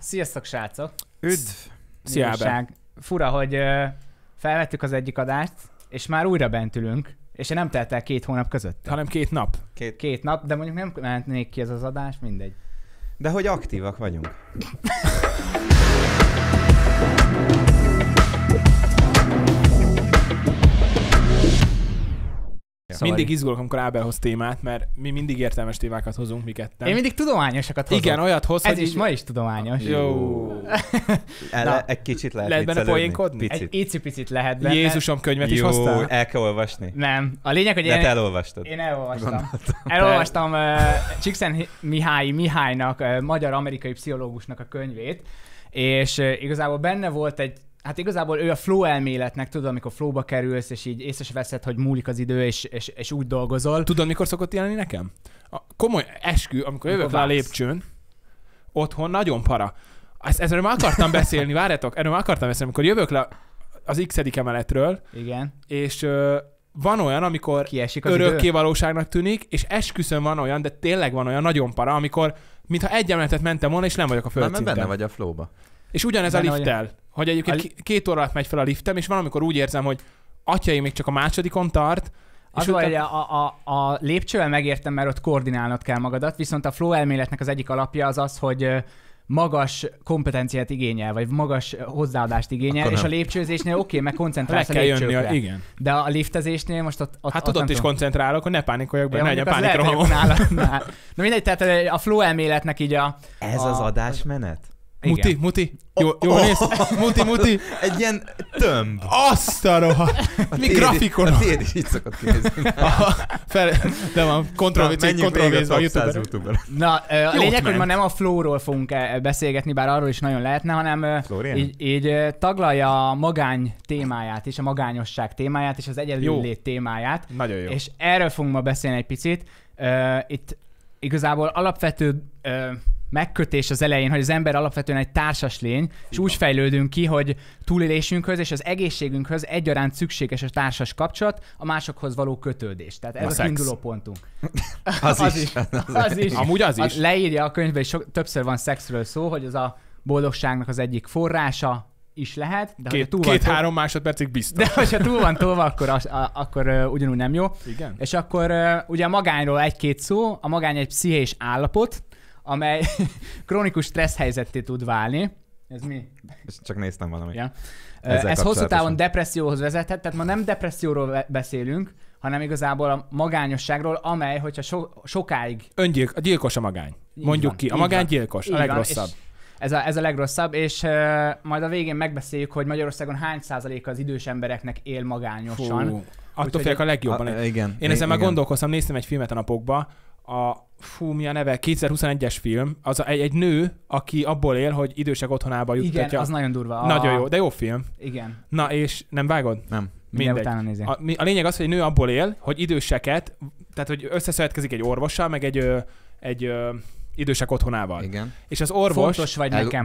Sziasztok, srácok! Üdv! Szia, fura, hogy felvettük az egyik adást, és már újra bent ülünk, és nem telt el 2 hónap között. Hanem 2 nap. Két nap, de mondjuk nem mennék ki ez az adás, mindegy. De hogy aktívak vagyunk. Mindig izgulok, amikor Ábel hoz témát, mert mi mindig értelmes témákat hozunk, mi ketten. Én mindig tudományosakat hozok. Igen, olyat hoz, ez is ma is tudományos. Jó. Egy kicsit lehet benne viccelődni? poénkodni? Egy icipicit lehet benne. Jézusom, könyvet is Jó, hoztál? el kell olvasni. Nem. A lényeg, hogy De te elolvastad. Én elolvastam. Elolvastam Csikszentmihalyinak, magyar-amerikai pszichológusnak a könyvét, és igazából benne volt egy, hát igazából ő a flow elméletnek, tudod, amikor flowba kerülsz, és így észre se veszed, hogy múlik az idő, és úgy dolgozol. Tudod, mikor szokott jelenni nekem? A komoly eskü, amikor jövök le a lépcsőn, otthon nagyon para. Erről már akartam beszélni, várjátok, erről már akartam beszélni, amikor jövök le az x-edik emeletről, igen, és van olyan, amikor örökké valóságnak tűnik, és esküszöm van olyan, de tényleg van olyan nagyon para, amikor mintha egy emeletet mentem volna, és nem vagyok a földszinten. Mert benne vagy a flowba. És ugyanez benne a lifttel, hogy egyébként 2 óra alatt megy fel a liftem, és van, amikor úgy érzem, hogy atyaim még csak a másodikon tart. Az vagy, hogy a lépcsővel megértem, mert ott koordinálnod kell magadat, viszont a flow elméletnek az egyik alapja az az, hogy magas kompetenciát igényel, vagy magas hozzáadást igényel, akkor és nem. A lépcsőzésnél oké, meg koncentrálsz a lépcsőkre. Igen. De a liftezésnél most ott hát ott is koncentrálok, hogy ne pánikoljak be, ne legyen pánikrohamom. Na mindegy, tehát a flow elméletnek így Ez az adásmenet? Muti. Jó néz. Muti. Egy ilyen tömb. Azt a rohadt. Mi grafikon. A tiéd is így szokott kinézni. De van, Ctrl-V-C, Ctrl-V-Z a YouTube-on. Na, a lényeg, hogy ma nem a flowról fogunk beszélgetni, bár arról is nagyon lehetne, hanem így taglalja a magány témáját is, a magányosság témáját és az egyedüllét témáját. Nagyon jó. És erről fogunk ma beszélni egy picit. Itt igazából alapvető megkötés az elején, hogy az ember alapvetően egy társas lény, és úgy fejlődünk ki, hogy túlélésünkhöz és az egészségünkhöz egyaránt szükséges a társas kapcsolat, a másokhoz való kötődés. Tehát ez a kiinduló pontunk. Az is. Amúgy az is. Leírja a könyvben, és többször van szexről szó, hogy az a boldogságnak az egyik forrása is lehet. De 2-3 másodpercig biztos. De ha túl van tolva, akkor ugyanúgy nem jó. Igen. És akkor ugye a magányról 1-2 szó, a magány egy pszichés állapot, amely krónikus stressz helyzetté tud válni. Ez mi? Csak néztem valamit. Ja. Ez hosszú távon depresszióhoz vezethet, tehát ma nem depresszióról beszélünk, hanem igazából a magányosságról, amely, hogyha sokáig... Gyilkos a magány. Mondjuk ki. A magány gyilkos, a legrosszabb. Ez a legrosszabb, és majd a végén megbeszéljük, hogy Magyarországon hány százaléka az idős embereknek él magányosan. Attól félek a legjobban. Igen. Én ezzel már gondolkoztam, néztem egy filmet a napokban, mi a neve? 2021-es film. Az egy nő, aki abból él, hogy idősek otthonába juttatja. Igen, az nagyon durva. Nagyon jó, de jó film. Igen. Na és nem vágod? Nem. Mindegy. A lényeg az, hogy egy nő abból él, hogy időseket, tehát hogy összeszövetkezik egy orvossal, meg egy idősek otthonával. Igen. És az orvos... Fontos vagy nekem.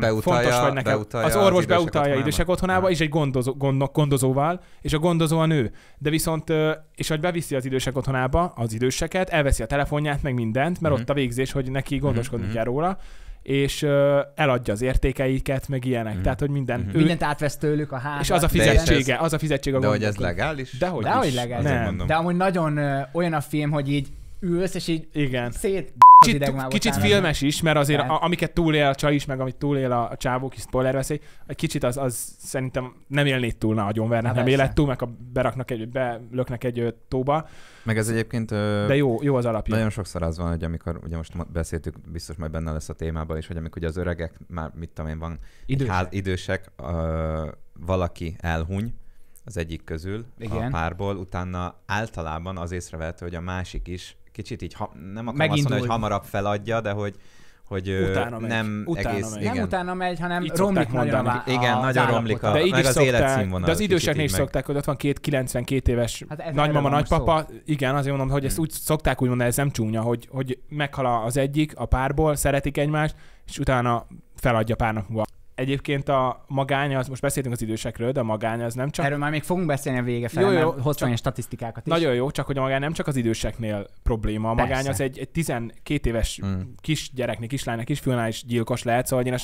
Az orvos beutalja idősek otthonába, és egy gondozóval, és a gondozó a nő. De viszont, és hogy beviszi az idősek otthonába az időseket, elveszi a telefonját, meg mindent, mert ott a végzés, hogy neki gondoskodni kell róla, és eladja az értékeiket, meg ilyenek. Tehát, hogy mindent átvesz tőlük a házat. És az a fizetsége, a de hogy ez legális? Dehogy legális. Nem. De amúgy nagyon olyan a film, hogy így ülsz, és így szét... Kicsit filmes is, mert azért amiket túlél a csaj is, meg amit túlél a csávó, kis spoiler veszély, egy kicsit az szerintem nem élnéd túl, agyonvernek, nem élet túl, meg belöknek egy tóba. Meg ez egyébként... De jó az alapja. Nagyon sokszor az van, hogy amikor, ugye most beszéltük, biztos majd benne lesz a témában is, hogy amikor ugye az öregek, már mit tudom én, van idősek, valaki elhuny az egyik közül, a párból, utána általában az észrevehető, hogy a másik is kicsit így, nem akarom azt mondani, hogy hamarabb feladja, de hogy nem egész... Megy. Nem utána megy, hanem romlik nagyon igen, nagyon romlik meg az életszínvonal. De az időseknél is szokták, hogy ott van 92 éves nagymama, nagypapa. Igen, azért mondom, hogy ezt úgy szokták úgy mondani, ez nem csúnya, hogy meghal az egyik a párból, szeretik egymást, és utána feladja párnak múlva. Egyébként a magány, most beszéltünk az idősekről, de a magány az nem csak... Erről már még fogunk beszélni a vége felé, mert hoztam ilyen statisztikákat is. Nagyon jó, csak hogy a magány nem csak az időseknél probléma. A magány az egy 12 éves kisgyereknél, kislánynak, kisfiúnál is gyilkos lehet, szóval én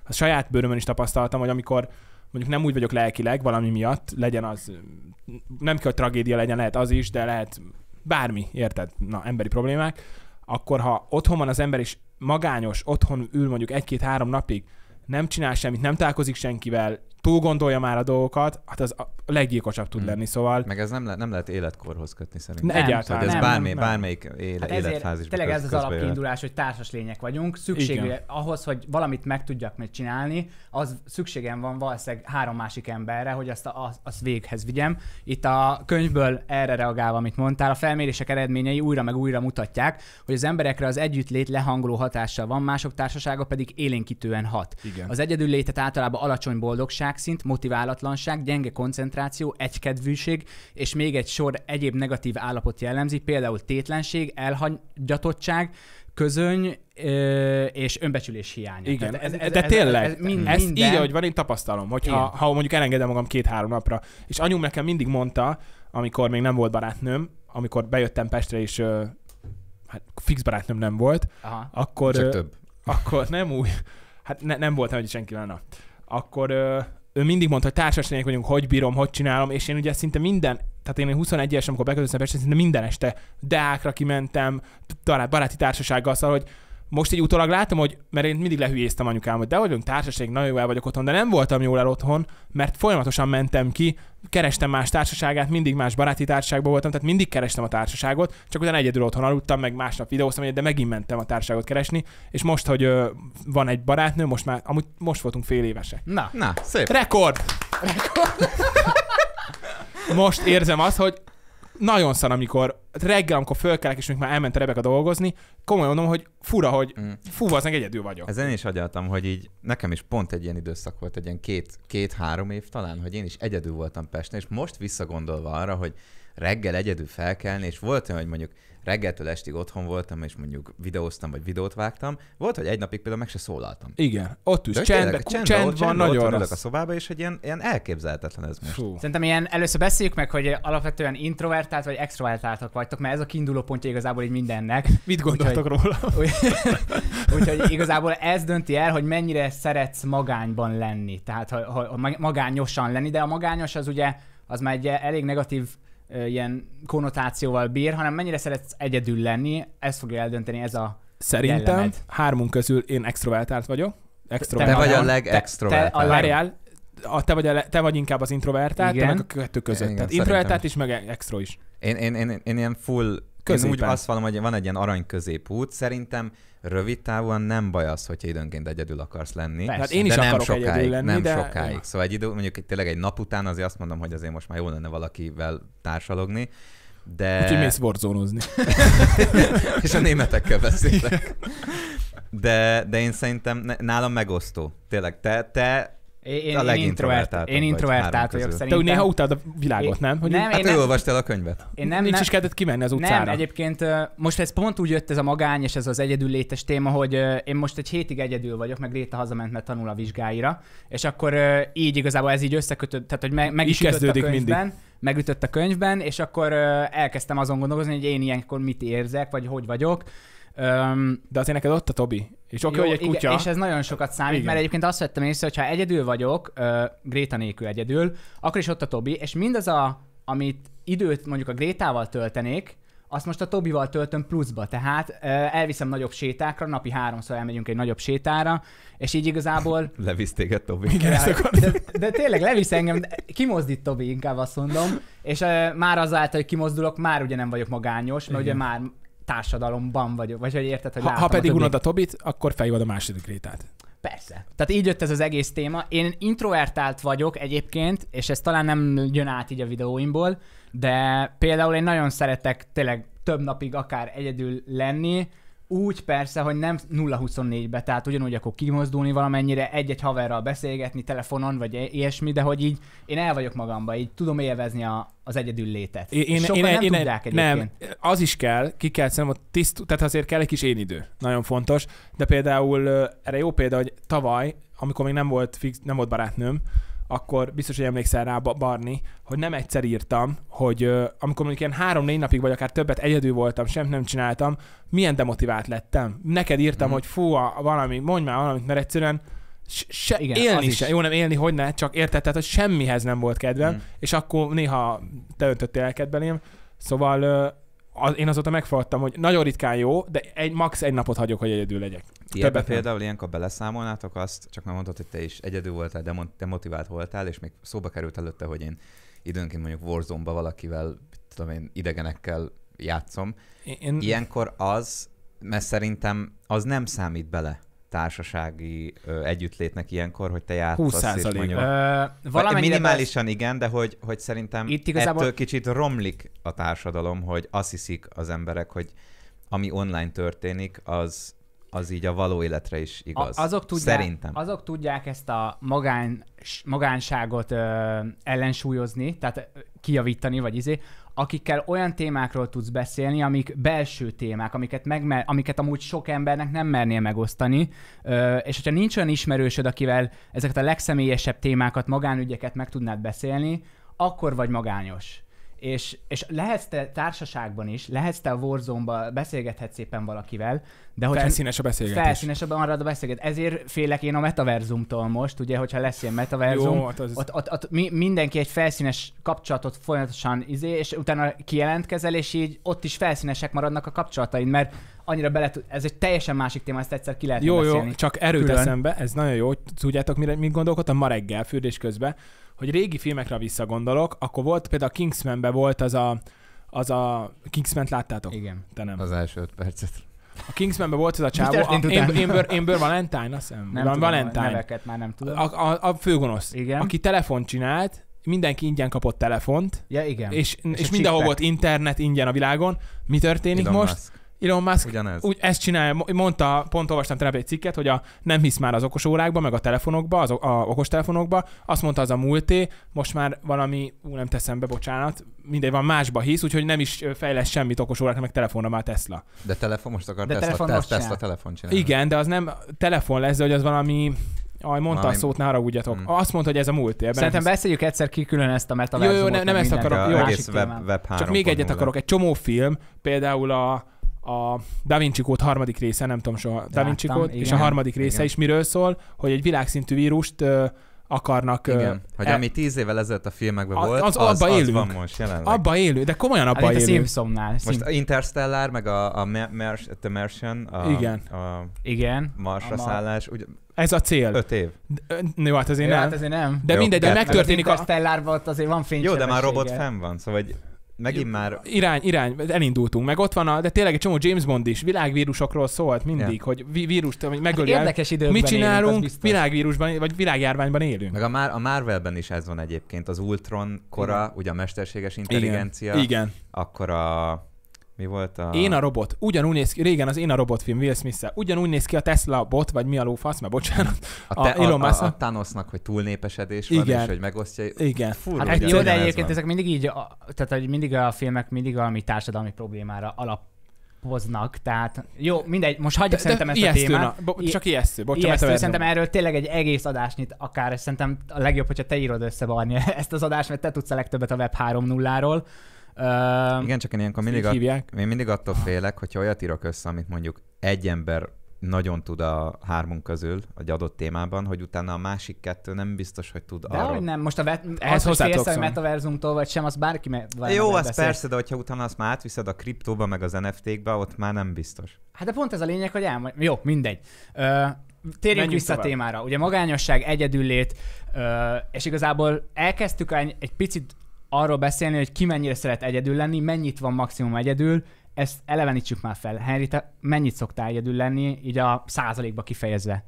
a saját bőrömön is tapasztaltam, hogy amikor mondjuk nem úgy vagyok lelkileg valami miatt, legyen az, nem kell, hogy tragédia legyen, lehet az is, de lehet bármi, érted? Na, emberi problémák. Akkor ha otthon van az ember és magányos, otthon ül mondjuk 1-2-3 napig, nem csinál semmit, nem találkozik senkivel, túl gondolja már a dolgokat, hát az a leggyilkosabb tud lenni, szóval... Meg ez nem lehet életkorhoz kötni szerintem. Egyáltalán. Szóval ez bármelyik hát életfázisban. Tényleg ez az alapkiindulás, hogy társas lények vagyunk. Szükségű ahhoz, hogy valamit meg tudjak még csinálni, az szükségem van valószínűleg 3 másik emberre, hogy azt véghez vigyem. Itt a könyvből erre reagálva, amit mondtál, a felmérések eredményei újra meg újra mutatják, hogy az emberekre az együttlét lehangoló hatással van, mások társasága pedig élénkítően hat. Igen. Az egyedüllétet általában alacsony boldogságszint, motiválatlanság, gyenge koncentráció, egykedvűség és még egy sor egyéb negatív állapot jellemzi, például tétlenség, elhagyatottság, közöny és önbecsülés hiánya. Igen, de tényleg, ez így, ahogy van, én tapasztalom, hogy ha mondjuk elengedem magam 2-3 napra, és anyum nekem mindig mondta, amikor még nem volt barátnőm, amikor bejöttem Pestre, és hát fix barátnőm nem volt, akkor... Csak több. Akkor nem úgy, hát nem voltam egy senkivel, na. Akkor ő mindig mondta, hogy társas lények vagyunk, hogy bírom, hogy csinálom, és én ugye szinte tehát én 21-es, amikor beköltöztem Pestre, szinte minden este Deákra kimentem, baráti társasággal, szóval, hogy most így utólag látom, hogy, mert én mindig lehülyéztem anyukám, hogy de vagyunk társaság, nagyon jól el vagyok otthon, de nem voltam jól el otthon, mert folyamatosan mentem ki, kerestem más társaságát, mindig más baráti társaságban voltam, tehát mindig kerestem a társaságot, csak utána egyedül otthon aludtam, meg másnap videóztam, de megint mentem a társaságot keresni, és most, hogy van egy barátnő, most voltunk fél évesek. Na, szép. Rekord! Most érzem azt, hogy nagyon szar, reggel, amikor fölkelek, és még már elment a Rebeka dolgozni, komolyan mondom, hogy fura, hogy aznak egyedül vagyok. Ezen is agyaltam, hogy így nekem is pont egy ilyen időszak volt, egy ilyen 2-3 év talán, hogy én is egyedül voltam Pesten, és most visszagondolva arra, hogy reggel egyedül felkelni, és volt olyan, hogy mondjuk reggeltől estig otthon voltam, és mondjuk videóztam, vagy videót vágtam. Volt, hogy egy napig például meg se szólaltam. Igen, ott is csend van, nagyon rossz. A szobába, és egy ilyen elképzelhetetlen ez most. Fú. Szerintem először beszéljük meg, hogy alapvetően introvertált vagy extrovertáltak vagytok, mert ez a kiinduló pontja igazából így mindennek. Mit gondoltok róla? Úgyhogy igazából ez dönti el, hogy mennyire szeretsz magányban lenni. Tehát hogy magányosan lenni, de a magányos az ugye, az már egy elég negatív ilyen konnotációval bír, hanem mennyire szeretsz egyedül lenni, ez fogja eldönteni ez a Szerintem jellemed. 3 közül én extrovertált vagyok. Te vagy a legextrovertált. Te vagy inkább az introvertált, te meg a kettő között. Igen, tehát introvertált is, meg extro is. Én ilyen full... Középen. Én úgy azt vallom, hogy van egy ilyen arany középút. Szerintem rövid távon nem baj az, hogyha időnként egyedül akarsz lenni. Hát én is de akarok egyedül lenni, nem de... sokáig. Szóval mondjuk tényleg egy nap után azért azt mondom, hogy azért most már jó lenne valakivel társalogni. De... Úgyhogy mész warzone-ozni. És a németekkel beszélek. De én szerintem nálam megosztó. Tényleg, te Én introvertált vagyok szerintem. Te úgy néha utáld a világot, nem? Hogy hát ő olvastál a könyvet. Nincs is kellett kimenni az utcára. Nem, egyébként most ez pont úgy jött ez a magány és ez az egyedüllétes téma, hogy én most egy hétig egyedül vagyok, meg Réta hazament, mert tanul a vizsgáira, és akkor így igazából ez így összekötött, tehát hogy meg is ütött a könyvben. Megütött a könyvben, és akkor elkezdtem azon gondolkozni, hogy én ilyenkor mit érzek, vagy hogy vagyok. De azért neked ott a Tobi. És oké, hogy egy kutya. Igen, és ez nagyon sokat számít, igen. Mert egyébként azt vettem észre, hogy ha egyedül vagyok, Gréta nélkül egyedül, akkor is ott a Tobi, és mindaz, amit időt mondjuk a Grétával töltenék, azt most a Tobival töltöm pluszba, tehát elviszem nagyobb sétákra, napi 3-szor elmegyünk egy nagyobb sétára, és így igazából... Levisz téged Tobi. De tényleg levisz engem, kimozdít Tobi, inkább azt mondom, és már azáltal, hogy kimozdulok, már ugye nem vagyok magányos, mert ugye már társadalomban vagyok, vagy hogy érted, hogy ha pedig unod a Tobit, akkor felhívod a második Grétát. Persze. Tehát így jött ez az egész téma. Én introvertált vagyok egyébként, és ez talán nem jön át így a videóimból, de például én nagyon szeretek tényleg több napig akár egyedül lenni, úgy persze, hogy nem 0-24-be, tehát ugyanúgy akkor kimozdulni valamennyire, egy-egy haverral beszélgetni telefonon, vagy ilyesmi, de hogy így én el vagyok magamba, így tudom élvezni az egyedül létet. Sokan nem tudják egyébként. Nem, az is kell, ki kell szerintem tehát azért kell egy kis én idő. Nagyon fontos, de például erre jó példa, hogy tavaly, amikor még nem volt barátnőm, akkor biztos, hogy emlékszel rá, Barni, hogy nem egyszer írtam, hogy amikor mondjuk ilyen 3-4 napig, vagy akár többet egyedül voltam, semmit nem csináltam, milyen demotivált lettem. Neked írtam, hogy fú, mondj már valamit, mert egyszerűen Igen, élni se. Jó, nem élni, hogy ne, csak érted, tehát hogy semmihez nem volt kedvem, és akkor néha te öntöttél elked belém. Szóval én azóta megfogadtam, hogy nagyon ritkán jó, de max. egy napot hagyok, hogy egyedül legyek. Ebbe például ilyenkor beleszámolnátok azt, csak már mondtad, hogy te is egyedül voltál, demotivált voltál, és még szóba került előtte, hogy én időnként mondjuk Warzone-ba valakivel, tudom én, idegenekkel játszom. Ilyenkor mert szerintem az nem számít bele társasági együttlétnek ilyenkor, hogy te játszasz. 20%. Minimálisan igen, de hogy szerintem ettől kicsit romlik a társadalom, hogy azt hiszik az emberek, hogy ami online történik, az így a való életre is igaz. Azok tudják ezt a magánságot ellensúlyozni, tehát kijavítani, vagy akikkel olyan témákról tudsz beszélni, amik belső témák, amiket amúgy sok embernek nem mernél megosztani, és hogyha nincs olyan ismerősöd, akivel ezeket a legszemélyesebb témákat, magánügyeket meg tudnád beszélni, akkor vagy magányos. És lehetsz te társaságban is, lehetsz te a Warzone-ban, beszélgethetsz szépen valakivel, de hogyha felszínes a beszélgetés. Felszínes a beszélgetés. Ezért félek én a metaverzumtól most, ugye, hogyha lesz ilyen metaverzum, jó, ott mindenki egy felszínes kapcsolatot folyamatosan és utána kijelentkezel, és így ott is felszínesek maradnak a kapcsolataid, mert annyira ez egy teljesen másik téma, ezt egyszer ki lehet beszélni. Jó, csak erőt eszembe, ez nagyon jó, tudjátok, mit gondolkodtam ma reggel fürdés közben, hogy régi filmekre visszagondolok, akkor volt például a Kingsmanben volt az a Kingsman-t láttátok? Igen. Te nem. Az első 5 percet. A Kingsmanben volt az a csávó, Amber Valentine, azt hiszem. Nem tudom, Valentine. Neveket már nem tudom. A főgonosz, igen. Aki telefont csinált, mindenki ingyen kapott telefont. Ja, igen. És mindenhol volt internet ingyen a világon. Mi történik most? Elon Musk úgy ezt csinálja, mondta, pont olvastam tegnap egy cikket, hogy nem hisz már az okosórákba, meg a telefonokba, az okostelefonokba, azt mondta az a múlté, most már valami, nem teszem be, bocsánat, mindegy, van másba hisz, úgyhogy nem is fejlesz semmit okosórákra, meg telefonra már Tesla. De telefon most akar Tesla telefon csinálni. Igen, de az nem telefon lesz, de hogy az valami... mondta a szót, ne haragudjatok. Azt mondta, hogy ez a múlt. Szerintem beszéljük egyszer ki külön ezt a metaverzumot. Jó, nem ezt akarok. Jó, web csak még egyet akarok. Egy csomó film, például a Da Vinci Code harmadik része, nem tudom soha, Da Vinci Code, és a harmadik része is miről szól, hogy egy világszintű vírust akarnak... Igen, hogy ami 10 évvel ezelőtt a filmekben volt, az van most jelenleg. Abba élünk, de komolyan abba élünk. A Simpsonnál. Most Interstellar, meg a The Martian, igen. Marsra szállás, ez a cél. 5 év. Jó, hát azért nem. De jó, mindegy, de megtörténik a... Interstellárban azért van fénysebessége. Jó, de már robot fenn van, szóval megint már... Irány, elindultunk. Meg ott van, de tényleg egy csomó James Bond is világvírusokról szólt mindig, hogy vírust megöli el. Érdekes időkben mit csinálunk? Világvírusban, vagy világjárványban élünk. Meg a Marvelben is ez van egyébként. Az Ultron kora, ugye a mesterséges intelligencia. Igen. Akkor mi volt a... Én a robot. Ugyanúgy néz ki, régen az Én a robot film Will Smith-szel. Ugyanúgy néz ki a Tesla bot, vagy mi a lófasz, mert bocsánat. A Thanosnak, hogy túlnépesedés van, és hogy megosztja. Igen. Hát jó, de egyébként ezek mindig így, tehát hogy mindig a filmek mindig valami társadalmi problémára alapoznak, tehát jó, mindegy, most hagyjuk szerintem ezt a témát. Csak ijesztő, szerintem erről tényleg egy egész adást nyit akár, és szerintem a legjobb, hogyha te írod össze, Barni, ezt az adást, mert te tudsz a legtöbbet a Web 3.0-ról. Igen, csak én ilyenkor mindig attól félek, hogyha olyat írok össze, amit mondjuk egy ember nagyon tud a hármunk közül egy adott témában, hogy utána a másik kettő nem biztos, hogy tud arról. De hogy nem, most az, hogy félsz a metaverzumtól, vagy sem, az bárki jó, az persze, de hogyha utána azt már átviszed a kriptóba, meg az NFT-kbe, ott már nem biztos. Hát de pont ez a lényeg, hogy jó, mindegy. Térjünk vissza a témára. Ugye magányosság, egyedüllét, és igazából elkezdtük egy picit arról beszélni, hogy ki mennyire szeret egyedül lenni, mennyit van maximum egyedül, ezt elevenítsük már fel. Henry, te mennyit szoktál egyedül lenni, így a százalékba kifejezve?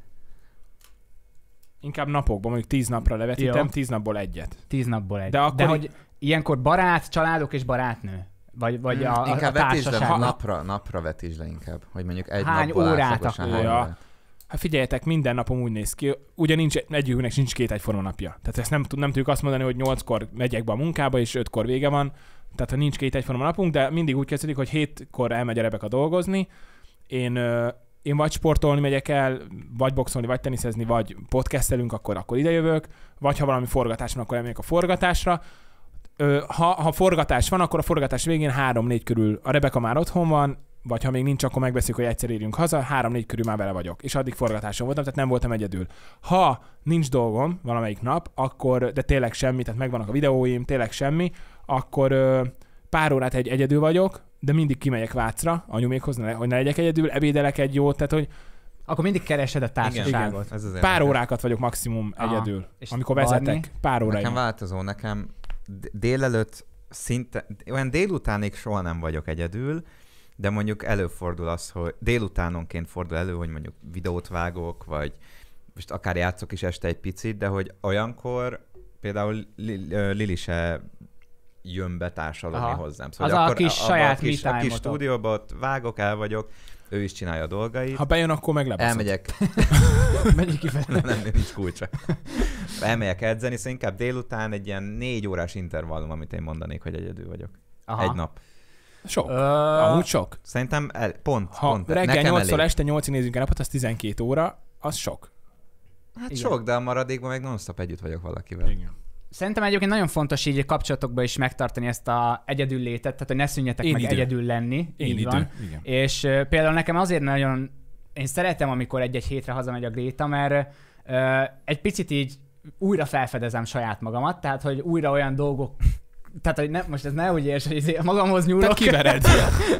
Inkább napokban, mondjuk 10 napra levetítem, 10 napból egyet. 10 napból egyet. De hogy ilyenkor barát, családok és barátnő? Vagy inkább a társaság? Napra vetítsd le inkább, hogy mondjuk egy hány napból órát akkor? Hát figyeljetek, minden napom úgy néz ki, ugye egyikünknek sincs 2 egyforma napja. Tehát ezt nem tudjuk azt mondani, hogy 8-kor megyek be a munkába, és 5-kor vége van. Tehát ha nincs 2 egyforma napunk, de mindig úgy kezdődik, hogy 7-kor elmegy a Rebeka dolgozni. Én vagy sportolni megyek el, vagy boxolni, vagy teniszezni, vagy podcastelünk, akkor idejövök. Vagy ha valami forgatás van, akkor elmegyek a forgatásra. Ha forgatás van, akkor a forgatás végén 3-4 körül a Rebeka már otthon van, vagy ha még nincs, akkor megbeszéljük, hogy egyszer érjünk haza, 3-4 körül már vele vagyok. És addig forgatáson voltam, tehát nem voltam egyedül. Ha nincs dolgom valamelyik nap, akkor, de tényleg semmi, tehát megvannak a videóim, tényleg semmi, akkor pár órát egyedül vagyok, de mindig kimegyek Vácra anyumékhoz, hogy ne legyek egyedül, ebédelek egy jót, tehát hogy akkor mindig keresed a társaságot. Igen. Pár órákat vagyok maximum egyedül. És amikor vezetek, pár óráig. Nekem változó, nekem délelőtt szinte, olyan délutánig soha nem vagyok egyedül, de mondjuk előfordul az, hogy délutánonként fordul elő, hogy mondjuk videót vágok, vagy most akár játszok is este egy picit, de hogy olyankor például Lili se jön be társalogni hozzám. Szóval az a kis saját a kis stúdióban ott vágok, el vagyok, ő is csinálja a dolgait. Ha bejön, akkor meglebaszod. Elmegyek. Megyek kifele. Nem, nincs kulcsa. Elmegyek edzeni, szóval inkább délután egy ilyen 4 órás intervallum, amit én mondanék, hogy egyedül vagyok. Egy nap. Sok. Amúgy sok. Szerintem pont. Reggel 8-tól este 8-ig nézünk el napot, az 12 óra, az sok. Hát igen. Sok, de a maradékban meg non-stop együtt vagyok valakivel. Igen. Szerintem egyébként nagyon fontos így a kapcsolatokban is megtartani ezt a egyedül létet, tehát hogy ne szűnjetek meg egyedül lenni. Így van. Igen. És például nekem azért nagyon, én szeretem, amikor egy-egy hétre hazamegy a Gréta, mert egy picit így újra felfedezem saját magamat, tehát hogy újra olyan dolgok, tehát hogy most ez ne úgy érts, hogy magamhoz nyúlok. Tehát kivered.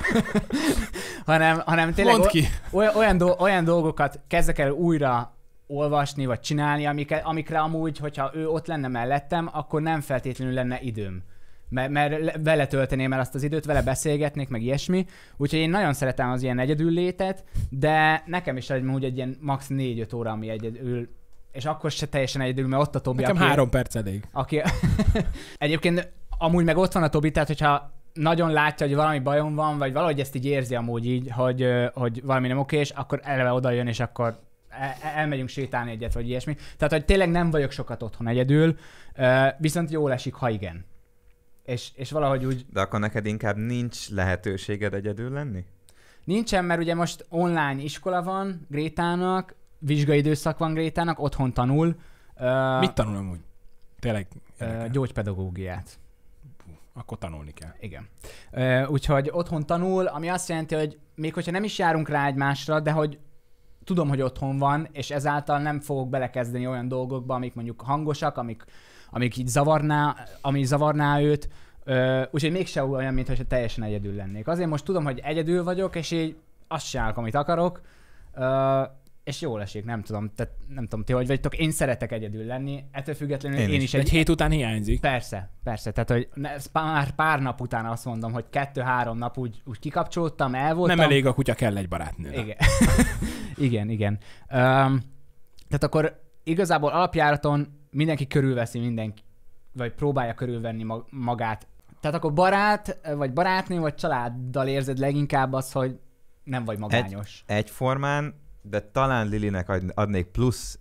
hanem tényleg olyan dolgokat kezdek el újra olvasni, vagy csinálni, amikre amúgy, hogyha ő ott lenne mellettem, akkor nem feltétlenül lenne időm. Mert vele tölteném el azt az időt, vele beszélgetnék, meg ilyesmi. Úgyhogy én nagyon szeretem az ilyen egyedül létet, de nekem is úgy egy ilyen max. 4-5 óra, ami egyedül, és akkor se teljesen egyedül, mert ott a Tobi, nekem 3 perc elég. Aki egyébként amúgy meg ott van a Tobi, tehát hogyha nagyon látja, hogy valami bajom van, vagy valahogy ezt így érzi amúgy így, hogy valami nem oké, és akkor eleve oda jön, és akkor elmegyünk sétálni egyet, vagy ilyesmi. Tehát, hogy tényleg nem vagyok sokat otthon egyedül, viszont jól esik, ha igen. És valahogy úgy... De akkor neked inkább nincs lehetőséged egyedül lenni? Nincsen, mert ugye most online iskola van Grétának, vizsgai időszak van Grétának, otthon tanul. Mit tanul amúgy? Tényleg? Gyógypedagógiát. Akkor tanulni kell. Igen. Úgyhogy otthon tanul, ami azt jelenti, hogy még hogyha nem is járunk rá egymásra, de hogy tudom, hogy otthon van, és ezáltal nem fogok belekezdeni olyan dolgokba, amik mondjuk hangosak, amik így zavarná őt. Úgyhogy mégse olyan, mintha teljesen egyedül lennék. Azért most tudom, hogy egyedül vagyok, és így azt csinálok, amit akarok, és jól esik, nem tudom, ti hogy vagytok, én szeretek egyedül lenni, ettől függetlenül én is egy hét után hiányzik. Persze, tehát hogy már pár nap után azt mondom, hogy 2-3 nap úgy kikapcsolódtam, el voltam. Nem elég a kutya, kell egy barátnő. Igen. Igen. Tehát akkor igazából alapjáraton mindenki körülveszi vagy próbálja körülvenni magát. Tehát akkor barát, vagy barátnő, vagy családdal érzed leginkább az, hogy nem vagy magányos. Egyformán, de talán Lilinek adnék plusz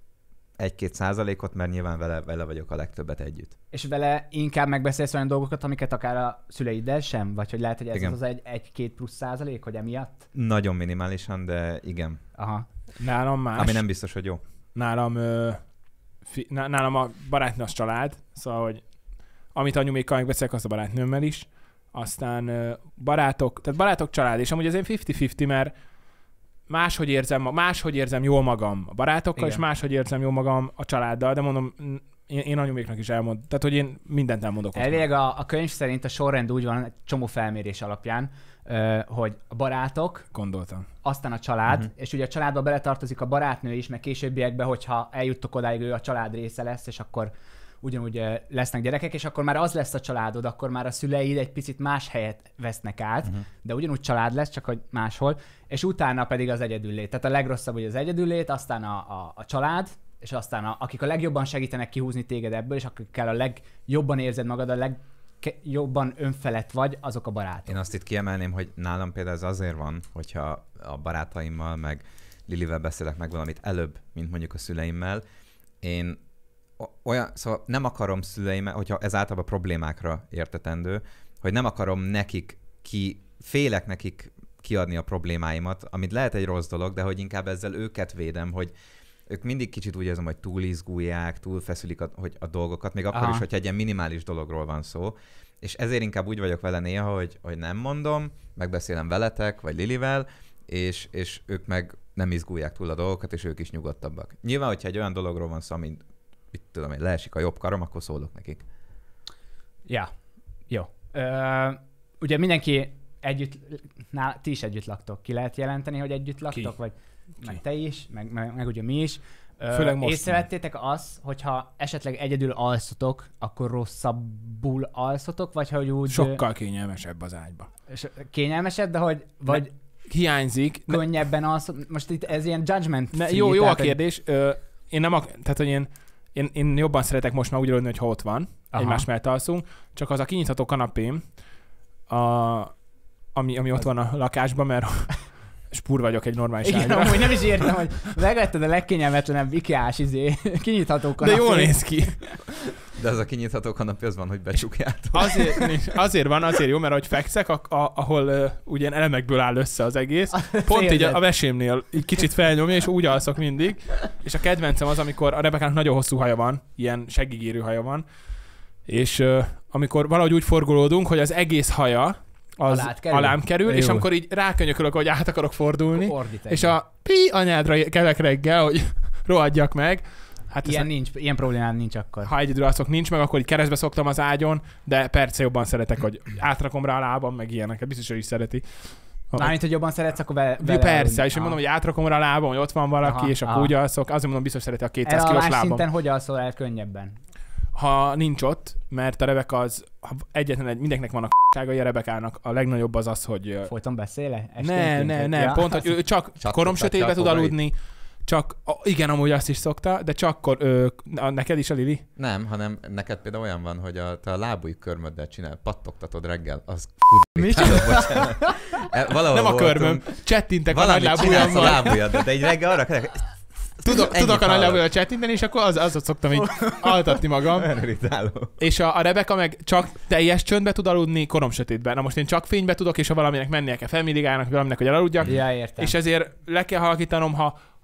1-2%, mert nyilván vele vagyok a legtöbbet együtt. És vele inkább megbeszélsz olyan dolgokat, amiket akár a szüleiddel sem? Vagy hogy lehet, hogy ez igen. Az 1-2 plusz százalék, hogy emiatt? Nagyon minimálisan, de igen. Aha. Nálam más. Ami nem biztos, hogy jó. Nálam a barátnő az család, szóval, hogy amit anyumékkal megbeszélek, azt a barátnőmmel is. Aztán barátok, család, és amúgy azért 50-50, mert máshogy érzem jól magam a barátokkal, igen. És máshogy érzem jól magam a családdal, de mondom, én anyuméknak is elmondom, tehát hogy én mindent elmondok. Elvileg a könyv szerint a sorrend úgy van, egy csomó felmérés alapján, hogy a barátok, gondoltam. Aztán a család, és ugye a családba beletartozik a barátnő is, meg későbbiekben, hogyha eljuttok odáig, ő a család része lesz, és akkor ugyanúgy lesznek gyerekek, és akkor már az lesz a családod, akkor már a szüleid egy picit más helyet vesznek át, de ugyanúgy család lesz, csak hogy máshol, és utána pedig az egyedüllét. Tehát a legrosszabb, hogy az egyedüllét, aztán a család, és aztán akik a legjobban segítenek kihúzni téged ebből, és akikkel a legjobban érzed magad, a legjobban önfelett vagy, azok a barátok. Én azt itt kiemelném, hogy nálam például ez azért van, hogyha a barátaimmal, meg Lilivel beszélek meg valamit előbb, mint mondjuk a szüleimmel, én szóval nem akarom szüleimmel, hogyha ez általában problémákra értetendő, hogy nem akarom félek nekik kiadni a problémáimat, amit lehet egy rossz dolog, de hogy inkább ezzel őket védem, hogy ők mindig kicsit úgy érzem, hogy túl izgulják, túl feszülik a dolgokat, még akkor is, hogyha egy ilyen minimális dologról van szó, És ezért inkább úgy vagyok vele néha, hogy nem mondom, megbeszélem veletek, vagy Lilivel, és ők meg nem izgulják túl a dolgokat, és ők is nyugodtabbak. Nyilván, hogyha egy olyan dologról van szó, mint tudom én, leesik a jobb karom, akkor szólok nekik. Ja, jó. Ugye mindenki együtt, ti is együtt laktok. Ki lehet jelenteni, hogy együtt laktok? Vagy meg te is, meg ugye mi is. Főleg most. Észrevettétek azt, hogyha esetleg egyedül alszotok, akkor rosszabbul alszotok, vagy hogy úgy... Sokkal kényelmesebb az ágyba. Kényelmesebb, de hogy... Vagy hiányzik. Könnyebben alszok. Most itt ez ilyen judgment. Jó a kérdés. Én nem tehát, hogy én jobban szeretek most már úgy aludni, hogy ha ott van, egymás mellett alszunk, csak az a kinyitható kanapém, ami ott van a lakásban, mert spúr vagyok egy normális ágyra. Igen, amúgy nem is értem, hogy megvetted a legkényelmetlenebb Ikeás kinyitható kanapé. De jól néz ki. De az a kinyitható kanapé az van, hogy becsukjátok. Azért jó, mert ahogy fekszek, ahol ugye elemekből áll össze az egész, pont így a vesémnél így kicsit felnyomja, és úgy alszok mindig. És a kedvencem az, amikor a Rebekának nagyon hosszú haja van, ilyen seggigérő haja van, és amikor valahogy úgy forgolódunk, hogy az egész haja az alám kerül, és amikor így rákönyökölök, hogy át akarok fordulni, és a anyádra kelek reggel, hogy rohadjak meg. Hát ilyen problémám nincs akkor. Ha egyedül alszok, nincs meg, akkor így keresztbe szoktam az ágyon, de persze jobban szeretek, hogy átrakom rá a lábam, meg ilyeneket. Biztos, hogy is szereti. Mármint, hogy jobban szeretsz, akkor vele persze, és én mondom, hogy átrakom rá a lábam, hogy ott van valaki, és akkor úgy alszok. Azért mondom, biztos szereti a 200 kilós lábam. Szinten hogy alszol el könnyebben? Ha nincs ott, mert a Rebeka az, mindenkinek van a k***ságai, a Rebekának a legnagyobb az, hogy... Folyton beszél-e? Nem, pont, hogy ő csak koromsötétbe tud aludni, csak, igen, amúgy azt is szokta, de csak neked is a Lili? Nem, hanem neked például olyan van, hogy te a lábúj körmöddel pattogtatod reggel, az nem a körmöm, csettintek a nagy lábújammal. A lábújaddal, de egy reggel arra kell... Tudok a nagy lábújjal csettinteni, és akkor azt szoktam így altatni magam. És a Rebeka meg csak teljes csöndbe tud aludni, koromsötétben. Na most én csak fénybe tudok, és ha valaminek mennie kell Family-gának, valaminek, hogy elaludjak. Ja, értem. És ezért le kell halkítanom,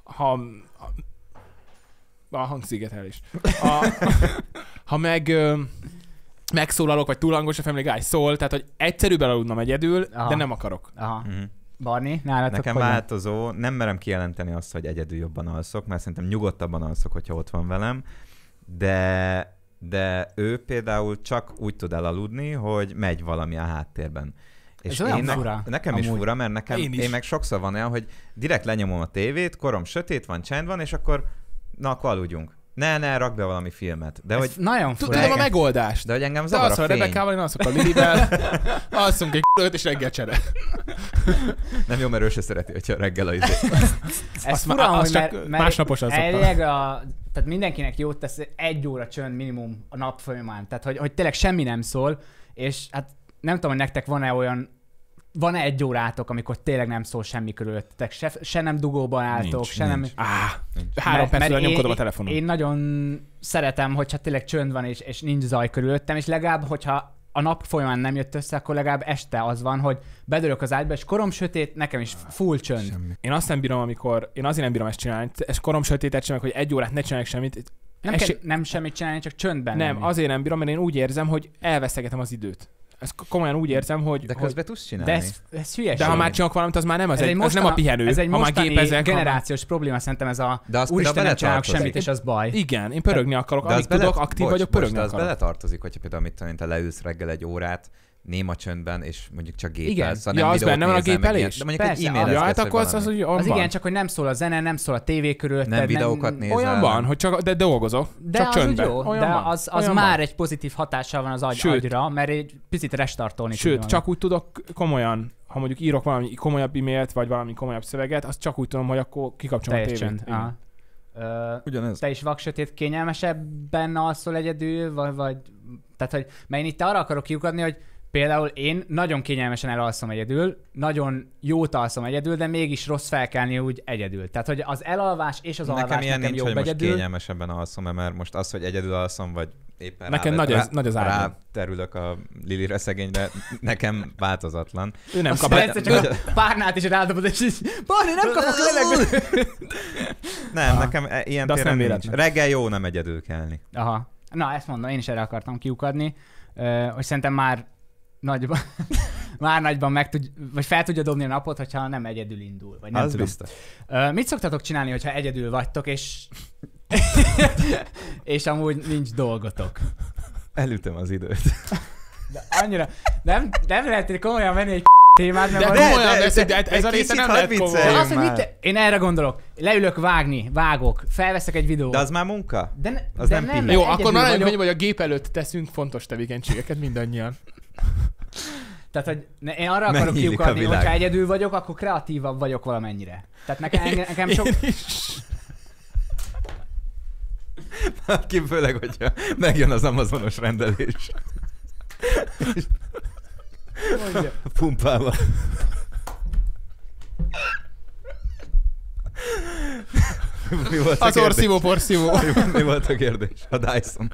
a hangszigetelés. Ha megszólalok, vagy túl hangos a Family Guy szól, tehát hogy egyszerűbb elaludnom egyedül, de nem akarok. Aha. Barni, nálatok nekem változó, nem merem kijelenteni azt, hogy egyedül jobban alszok, mert szerintem nyugodtabban alszok, hogyha ott van velem, de ő például csak úgy tud elaludni, hogy megy valami a háttérben. És nekem is fura, mert én meg sokszor van olyan, hogy direkt lenyomom a tévét, korom sötét van, csend van, és akkor akkor aludjunk. Ne, rakd be valami filmet. De hogy nagyon fura. Tudom a megoldást. De hogy engem zavar a fény. Rebekával, én alszok a Lilivel, alszunk egy k***t, és reggel csere. Nem jó, mert ő se szereti, hogyha reggel a izé. Ez fura, hogy mert másnaposan szoktam. Tehát mindenkinek jót tesz 1 óra csönd minimum a nap folyamán. Tehát, hogy tényleg semmi nem szól, és hát nem tudom, hogy nektek van-e 1 órátok, amikor tényleg nem szól semmi körülöttetek, se nem dugóban álltok, nincs. nem... 3 percre nyomkodom a telefonon. Én nagyon szeretem, hogyha tényleg csönd van, és nincs zaj körülöttem, és legalább, hogyha a nap folyamán nem jött össze, akkor legalább este az van, hogy bedörök az ágyba, és korom sötét, nekem is full csönd. Semmi. Én azt nem bírom, én azért nem bírom ezt csinálni, és korom sötétet sem, hogy 1 órát ne csináljak semmit. Nem semmit csinálni, csak csöndben nem, lenni. Azért nem bírom, mert én úgy érzem, hogy elvesztegetem az időt. Ezt komolyan úgy érzem, hogy... De közben tudsz csinálni. De ez hülyeség. De ha már csinálok valamit, az már nem az ez nem a pihenő. Ez egy mostani generációs probléma, szerintem ez a úristen nem csinálok semmit, és az baj. Igen, én pörögni akarok, amíg tudok, aktív vagyok, pörögni akarok. De az beletartozik, hogyha például te leülsz reggel 1 órát, néma csöndben, és mondjuk csak gépelsz. Igen, az benne van a gépelés? De mondjuk egy e-mailezgetsz, hát akkor az igen, csak hogy nem szól a zene, nem szól a tévé körülötted. Nem videókat nézel. Olyan van, hogy csak de dolgozok. De csak csöndben. Jó, de az már egy pozitív hatással van az agyra, mert egy picit restartolni. Sőt, csak úgy tudok komolyan, ha mondjuk írok valami komolyabb e-mailt, vagy valami komolyabb szöveget, azt csak úgy tudom, hogy akkor kikapcsolom a tévét. Ugyanez. Te is vaksötét kényelmesebben alszol egyedül, vagy tehát, hogy mert én itt arra akarok kiukadni, hogy például én nagyon kényelmesen elalszom egyedül, nagyon jót alszom egyedül, de mégis rossz felkelni úgy egyedül. Tehát, hogy az elalvás és az alvás nekem nincs, jobb hogy egyedül. Most kényelmesebben alszom, mert most az, hogy egyedül alszom, vagy éppen nekem nagy az ráterülök a Lilire szegényre, nekem változatlan. Ő nem kap. Csak a párnát is ráldobod, és így, Barni, nem kapok levegőt. Nem, nekem ilyen téren nincs. Reggel jó nem egyedül kelni. Aha. Na, ezt mondom, én is erre akartam kiukadni, hogy szerintem már nagyban vagy fel tudja dobni a napot, hogyha nem egyedül indul. Vagy nem az tudom. biztos. Mit szoktatok csinálni, hogyha egyedül vagytok, és amúgy nincs dolgotok? Elütöm az időt. De annyira, nem lehet komolyan venni egy témát, mert ez a része nem lehet komoly. Én erre gondolok. Leülök vágok, felveszek egy videót. De az már munka? Az nem jó, akkor már nagyon könnyű, hogy a gép előtt teszünk fontos tevékenységeket mindannyian. Tehát, hogy én arra akarok kiukadni, hogyha egyedül vagyok, akkor kreatívabb vagyok valamennyire. Tehát nekem sok... Ki főleg, hogyha megjön az Amazonos rendelés. Pumpálva. Az orszívó, porszívó. Mi volt a kérdés? A Dyson.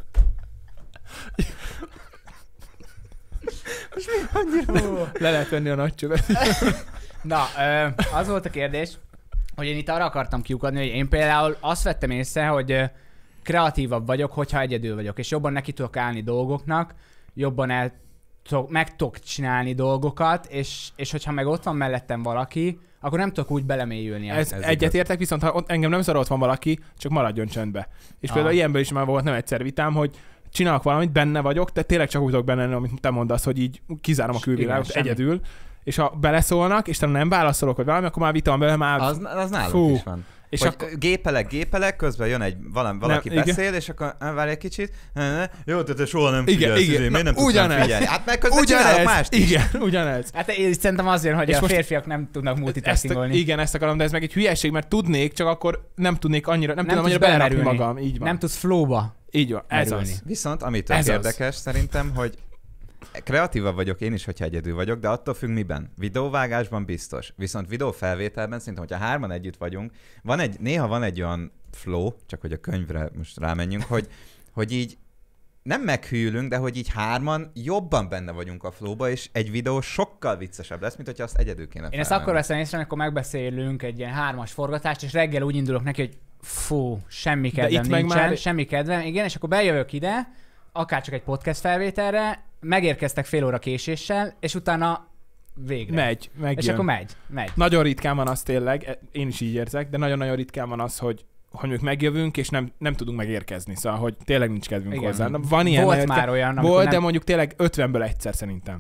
Most mi annyira le lehet venni a nagy csövet. Na, az volt a kérdés, hogy én itt arra akartam kiukadni, hogy én például azt vettem észre, hogy kreatívabb vagyok, hogyha egyedül vagyok, és jobban neki tudok állni dolgoknak, jobban meg tudok csinálni dolgokat, és hogyha meg ott van mellettem valaki, akkor nem tudok úgy belemélyülni. Ez egyetértek, viszont ha engem nem szar, ott van valaki, csak maradjon csöndbe. És például ilyenből is már volt nem egyszer vitám, hogy csinálok valamit, benne vagyok, de tényleg csak úgy tudok benne lenni, amit te mondasz, hogy így kizárom a külvilágot egyedül, és ha beleszólnak, és te nem válaszolok, vagy valami, akkor már vita van belőle, már... Az nálunk is van. És akkor gépelek, közben jön valaki beszél, igen. És akkor várj egy kicsit. Jó, te soha nem figyelsz, miért nem tudsz figyelni? Hát meg közben csinálok mást is. Igen, ugyanez. Hát én szerintem azért, hogy a férfiak nem tudnak multitaskingolni. Igen, ezt akarom, de ez meg egy hülyeség, mert tudnék, csak akkor nem tudnék annyira, nem tudom annyira belerakni magam. Így van. Nem tudsz flowba. Így van, ez az. Viszont, amit érdekes szerintem, hogy kreatívabb vagyok én is, hogyha egyedül vagyok, de attól függ miben. Videóvágásban biztos. Viszont videófelvételben szerintem, hogyha hárman együtt vagyunk, néha van egy olyan flow, csak hogy a könyvre most rámenjünk, hogy így nem meghűlünk, de hogy így hárman jobban benne vagyunk a flowba, és egy videó sokkal viccesebb lesz, mint hogyha azt egyedül kéne Én ezt akkor veszem észre, amikor megbeszélünk egy ilyen 3-as forgatást, és reggel úgy indulok neki, hogy semmi kedvem nincsen, semmi kedvem, igen, és akkor bejövök ide, akár csak egy podcast felvételre, megérkeztek fél óra késéssel, és utána végre. Megjön. És akkor megy. Nagyon ritkán van az tényleg, én is így érzek, de nagyon-nagyon ritkán van az, hogy ők megjövünk, és nem tudunk megérkezni, szóval, hogy tényleg nincs kedvünk hozzá. Van ilyen, volt már olyan, volt, de mondjuk tényleg 50-ből egyszer szerintem.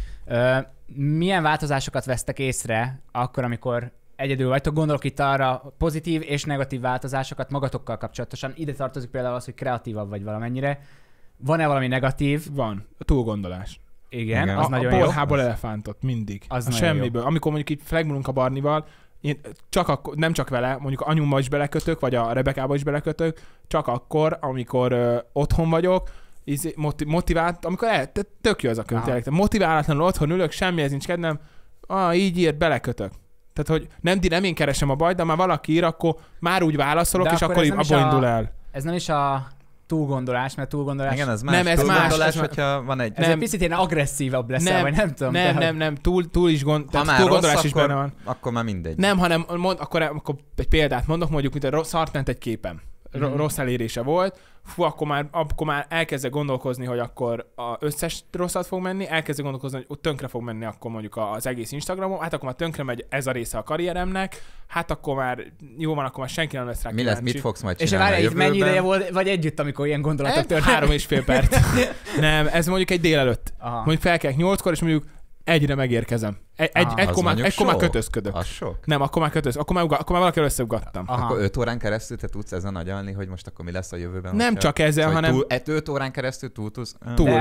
Milyen változásokat vesztek észre akkor, amikor egyedül vagytok? Gondolok itt arra pozitív és negatív változásokat magatokkal kapcsolatosan. Ide tartozik például az, hogy kreatívabb vagy valamennyire. Van-e valami negatív? Van. A túlgondolás. Igen, az nagyon jó. A borhából elefántot mindig. Az a semmiből. Jó. Amikor mondjuk itt flagmolunk a Barnival, én nem csak vele, mondjuk anyumba is belekötök, vagy a Rebekába is belekötök, csak akkor, amikor otthon vagyok, motivált, amikor tök jó ez a könyv. Motiválatlanul otthon ülök, semmihez nincs kedvem, így írt, belekötök. Tehát, hogy nem én keresem a bajt, de már valaki ír, akkor már úgy válaszolok, és akkor abból indul el. Ez nem is a túlgondolás, mert túlgondolás... Igen, ez más. Nem, ez túlgondolás, más. hogyha van egy... Ez egy picit ilyen agresszívabb leszel, vagy nem tudom. Nem, túl is túlgondolás rossz, is benne van. Akkor már mindegy. Nem, hanem akkor egy példát mondok, mondjuk, mint a szart ment egy képen. Rossz elérése volt, akkor már elkezdek gondolkozni, hogy akkor az összes rosszat fog menni, elkezdek gondolkozni, hogy tönkre fog menni akkor mondjuk az egész Instagramon, hát akkor már tönkre megy ez a része a karrieremnek, hát akkor már jó van, akkor már senki nem lesz rá kíváncsi. Mit fogsz majd csinálni? És várj, itt mennyi ideje volt, vagy együtt, amikor ilyen gondolatok történnek? 3,5 perc. Nem, ez mondjuk egy délelőtt. Mondjuk felkelek 8-kor, és mondjuk egyre megérkezem. Egykor már kötözködök. Az sok? Nem, akkor már akkor már valakivel összeugattam. Akkor 5 órán keresztül te tudsz ezen agyalni, hogy most akkor mi lesz a jövőben? Nem csak ezzel, hanem... 5 órán keresztül túl tudsz?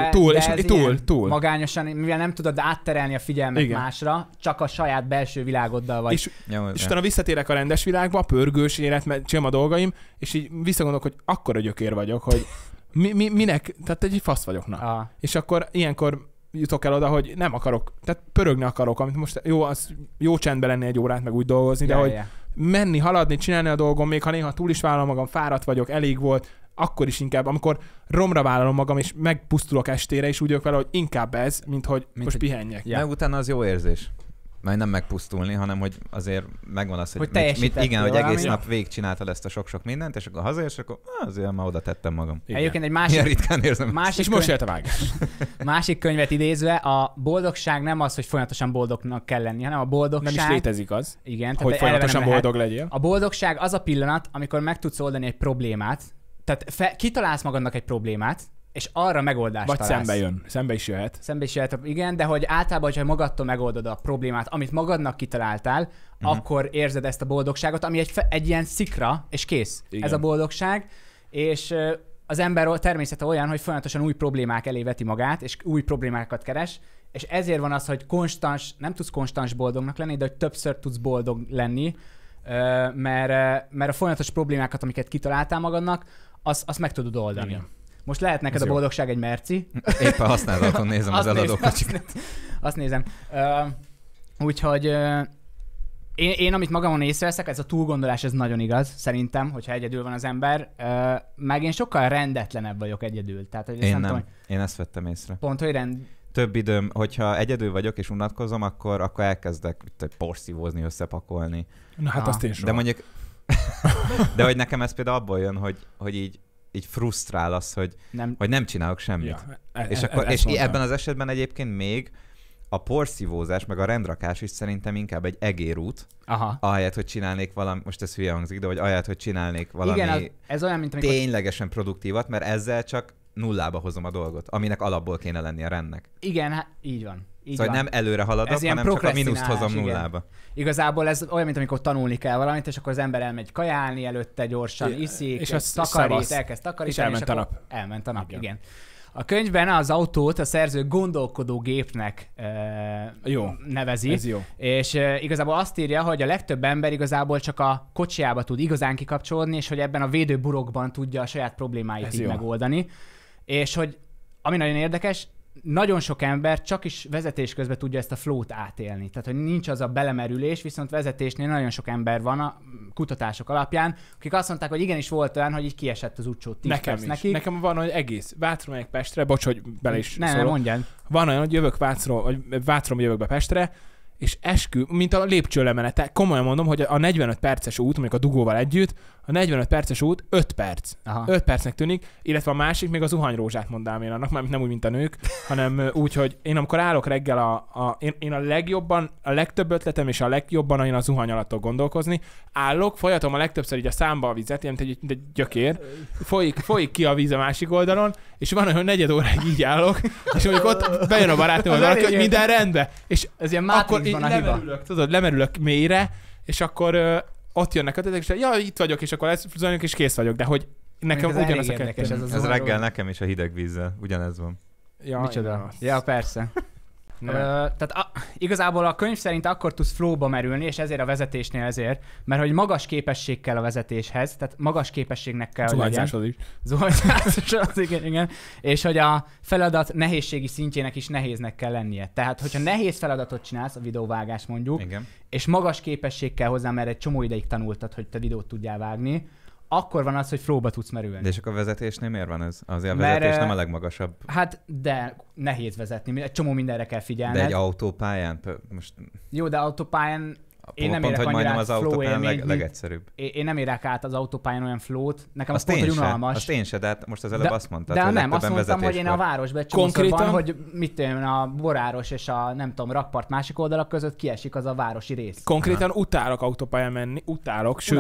Túl. Magányosan, mivel nem tudod átterelni a figyelmet másra, csak a saját belső világoddal vagy. És utána visszatérek a rendes világba, a pörgős élet, mert csinálom a dolgaim, és így visszagondolok, hogy akkora gyökér vagyok, hogy minek, tehát egy fasz vagyok. És akkor ilyenkor jutok el oda, hogy nem akarok, tehát pörögni akarok, amit most jó csendben lenni egy órát, meg úgy dolgozni, de hogy menni, haladni, csinálni a dolgom, még ha néha túl is vállalom magam, fáradt vagyok, elég volt, akkor is inkább, amikor romra vállalom magam, és megpusztulok estére, és úgy vagyok vele, hogy inkább ez, mint hogy most pihenjek. Meg utána az jó érzés. Majd nem megpusztulni, hanem hogy azért megvan az, hogy hogy egész nap végigcsináltad ezt a sok-sok mindent, és akkor hazaérsz, akkor azért már oda tettem magam. Igen. Egyébként egy másik könyvet idézve, a boldogság nem az, hogy folyamatosan boldognak kell lenni, hanem a boldogság... Nem is létezik az, igen, hogy folyamatosan boldog legyél. A boldogság az a pillanat, amikor meg tudsz oldani egy problémát, tehát kitalálsz magadnak egy problémát, és arra megoldást vagy találsz. szembe jön. Szembe is jöhet, igen, de hogy általában, hogyha magadtól megoldod a problémát, amit magadnak kitaláltál, akkor érzed ezt a boldogságot, ami egy ilyen szikra, és kész. Igen. Ez a boldogság, és az ember természete olyan, hogy folyamatosan új problémák elé veti magát, és új problémákat keres, és ezért van az, hogy nem tudsz konstans boldognak lenni, de hogy többször tudsz boldog lenni, mert a folyamatos problémákat, amiket kitaláltál magadnak, azt meg tudod oldani. Igen. Most lehet neked a boldogság egy merci. Éppen használaton nézem az eladókocsikat. Azt nézem. Úgyhogy én, amit magamon észreveszek, ez a túlgondolás, ez nagyon igaz, szerintem, hogyha egyedül van az ember. Meg én sokkal rendetlenebb vagyok egyedül. Tehát, hogy én nem. Én ezt vettem észre. Pont, hogy több időm, hogyha egyedül vagyok és unatkozom, akkor elkezdek porszívózni, összepakolni. Na hát azt én soha. De mondjuk, de hogy nekem ez például abból jön, hogy így frusztrál az, hogy nem csinálok semmit. Ja, és ebben az esetben egyébként még a porszívózás, meg a rendrakás is szerintem inkább egy egérút, ahelyett, hogy csinálnék valami, most ez hülye hangzik, de hogy ahelyett, hogy csinálnék valami igen, ez olyan, mint amikor... ténylegesen produktívat, mert ezzel csak nullába hozom a dolgot, aminek alapból kéne lenni a rendnek. Igen, hát így van. Szóval nem előre haladok, hanem csak a mínuszt hozom nullába. Igen. Igazából ez olyan, mint amikor tanulni kell valamit, és akkor az ember elmegy kajálni, előtte gyorsan iszik, és takarít, elkezd takarítani, és elment a nap. Elment a nap, igen. A könyvben az autót a szerző gondolkodó gépnek nevezi. Ez jó. És igazából azt írja, hogy a legtöbb ember igazából csak a kocsiába tud igazán kikapcsolódni, és hogy ebben a védőburokban tudja a saját problémáit így megoldani. És hogy ami nagyon érdekes, nagyon sok ember csak is vezetés közben tudja ezt a flow-t átélni. Tehát, hogy nincs az a belemerülés, viszont vezetésnél nagyon sok ember van a kutatások alapján, akik azt mondták, hogy igenis volt olyan, hogy így kiesett az útcsó 10 perc neki. Nekem van, hogy egész Vátról megyek Pestre, bocs, hogy bele is szólok. Nem, mondjál. Van olyan, hogy jövök Vátról jövök be Pestre, és mint a lépcsőlemenete. Komolyan mondom, hogy a 45 perces út, mondjuk a dugóval együtt, a 45 perces út 5 perc. Aha. 5 percnek tűnik, illetve a másik még a zuhanyrózsát mondám én annak, mert nem úgy, mint a nők, hanem úgy, hogy én amikor állok reggel én a legjobban, a legtöbb ötletem és a legjobban én a zuhany alatt gondolkozni. Állok, folyatom a legtöbbször így a számba a vizet, mint egy gyökér, folyik ki a víz a másik oldalon, és van olyan, hogy negyed óráig így állok, és mondjuk ott bejön a barátom valaki, hogy minden rendben, és ez ilyen akkor így lemerülök mélyre, és akkor ott jönnek ötletek, és itt vagyok, és akkor ezt zajlunk, és kész vagyok, de hogy nekem ugyanaz a kettő. Ez reggel nekem is a hideg vízzel, ugyanez van. Ja, micsoda? Ja, persze. Tehát igazából a könyv szerint akkor tudsz flowba merülni, és ezért a vezetésnél ezért, mert hogy magas képesség kell a vezetéshez, tehát magas képességnek kell, hogy legyen. Zuhanyzásod is. Igen. És hogy a feladat nehézségi szintjének is nehéznek kell lennie. Tehát, hogyha nehéz feladatot csinálsz, a videóvágás mondjuk, igen, és magas képesség kell hozzá, mert egy csomó ideig tanultad, hogy te videót tudjál vágni, akkor van az, hogy flowba tudsz merülni. De és akkor a vezetésnél miért van ez? Azért a vezetés nem a legmagasabb. Hát, de nehéz vezetni. Egy csomó mindenre kell figyelned. De egy autópályán most... Jó, de autópályán én nem érek annyira át flow élményt. Legegyszerűbb. Én nem érek át az autópályán olyan flow-t. Nekem az pont, hogy unalmas. Azt én se, de hát most az előbb azt mondtad, de hogy nem, azt mondtam, hogy én a városban egy csomószor van, hogy mit tudom, a Boráros és a nem tudom, Rakpart másik oldalak között kiesik az a városi rész. Konkrétan utálok autópályán menni, sőt,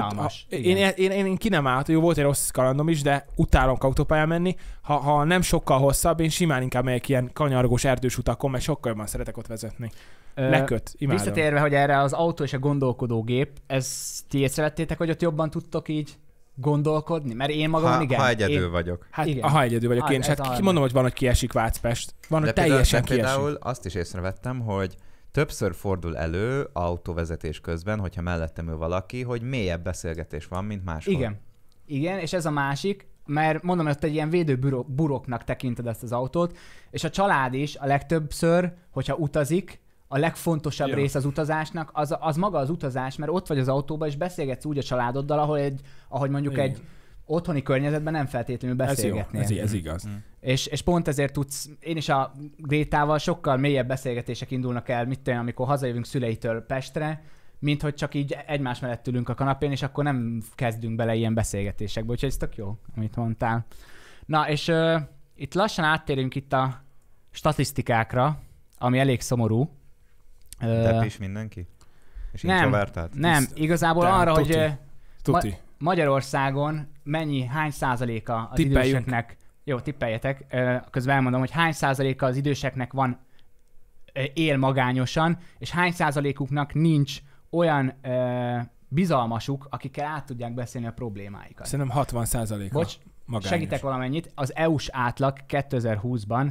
én ki nem állt, jó, volt egy rossz kalandom is, de utálok autópályán menni. Ha nem sokkal hosszabb, én simán inkább megyek ilyen kanyargós erdős utakon, mert sokkal jobban szeretek ott vezetni. Leköt, imádom. Visszatérve, hogy erre az autó és a gondolkodógép, ezt ti észrevettétek, hogy ott jobban tudtok így gondolkodni? Mert én magam igen. Ha egyedül vagyok. Hát igen. Ha egyedül vagyok én, hát kimondom, hogy van, hogy kiesik Vácpest. Van, hogy teljesen kiesik. Például azt is észrevettem, hogy többször fordul elő autóvezetés közben, hogyha mellettem ül valaki, hogy mélyebb beszélgetés van, mint máshol. Igen, és ez a másik, mert mondom, hogy ott egy ilyen védőburoknak tekinted ezt az autót, és a család is a legtöbbször, hogyha utazik, a legfontosabb rész az utazásnak, az maga az utazás, mert ott vagy az autóban, és beszélgetsz úgy a családoddal, ahogy mondjuk egy otthoni környezetben nem feltétlenül beszélgetnél. Ez igaz. És pont ezért tudsz, én is a Grétával sokkal mélyebb beszélgetések indulnak el, amikor hazajövünk szüleitől Pestre, mint hogy csak így egymás mellett ülünk a kanapén, és akkor nem kezdünk bele ilyen beszélgetésekbe. Úgyhogy ez tök jó, amit mondtál. Na, és itt lassan áttérünk itt a statisztikákra, ami elég szomorú. De is mindenki? És nem, igazából arra, hogy Magyarországon hány százaléka az időseknek... Jó, tippeljetek. Közben elmondom, hogy hány százaléka az időseknek él magányosan, és hány százalékuknak nincs olyan bizalmasuk, akikkel át tudják beszélni a problémáikat. Szerintem 60%-a. Bocs, magányos. Segítek valamennyit. Az EU-s átlag 2020-ban,